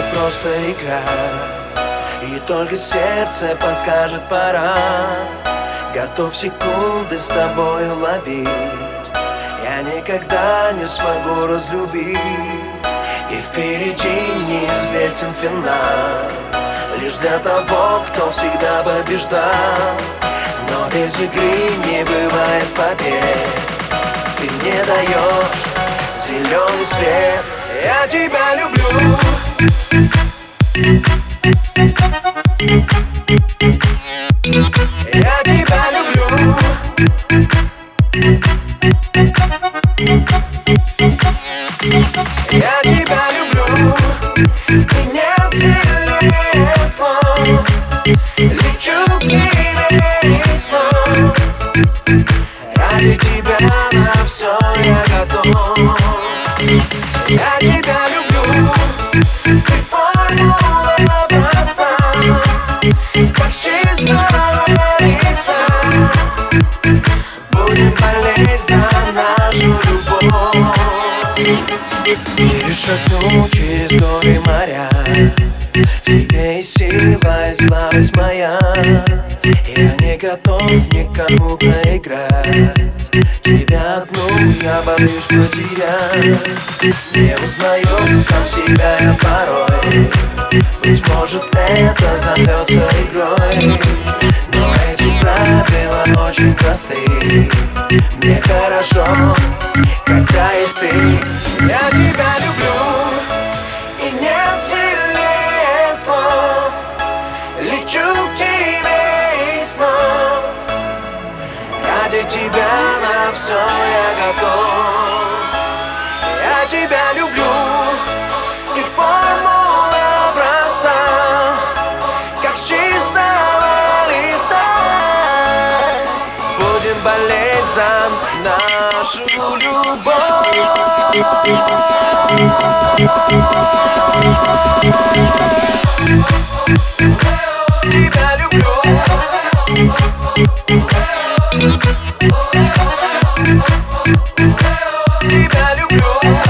просто игра, и только сердце подскажет пора. Готов секунды с тобой ловить, я никогда не смогу разлюбить. И впереди неизвестен финал, лишь для того, кто всегда побеждал. Но без игры не бывает побед, ты мне даешь зеленый свет. Я тебя люблю, я тебя люблю, я тебя люблю. И нет сильнее слов, лечу к тебе и снов. Ради тебя на все я готов. Я тебя люблю, ты формула проста, как с чистого листа. Будем болеть за нашу любовь, перешагну через горы и моря. В тебе и сила, и слабость моя. Я не готов никому проиграть, тебя одну я боюсь потерять. Не узнаю сам себя я порой, быть может это зовется игрой. Но эти правила очень просты, мне хорошо, когда есть ты. Я тебя люблю, и нет сильнее слов, лечу к тебе и снов. Ради тебя на все я готов. Я тебя люблю, и формула проста, как с чистого листа. Будем болеть за нашу любовь. Тебя люблю, тебя люблю,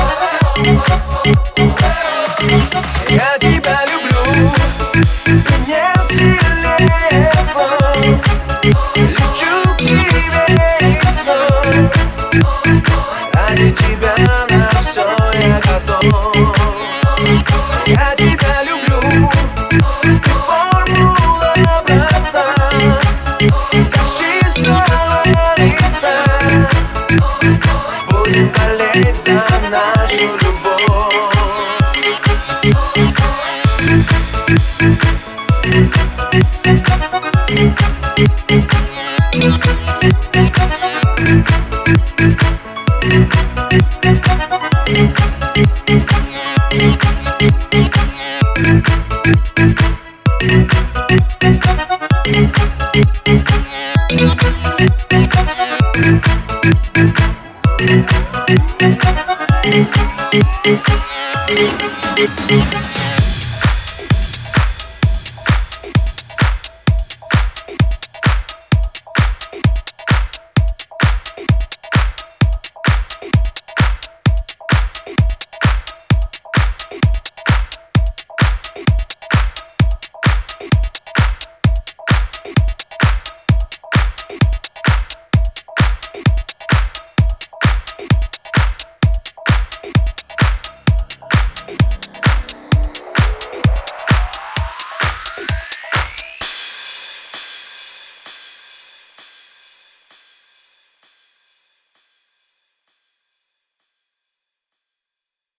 я тебя люблю. Нет сильнее слов, лечу к тебе и снов. Ради тебя на все я готов. Я тебя люблю, ты формула проста, как с чистого листа. Будем болеть за нашу любовь.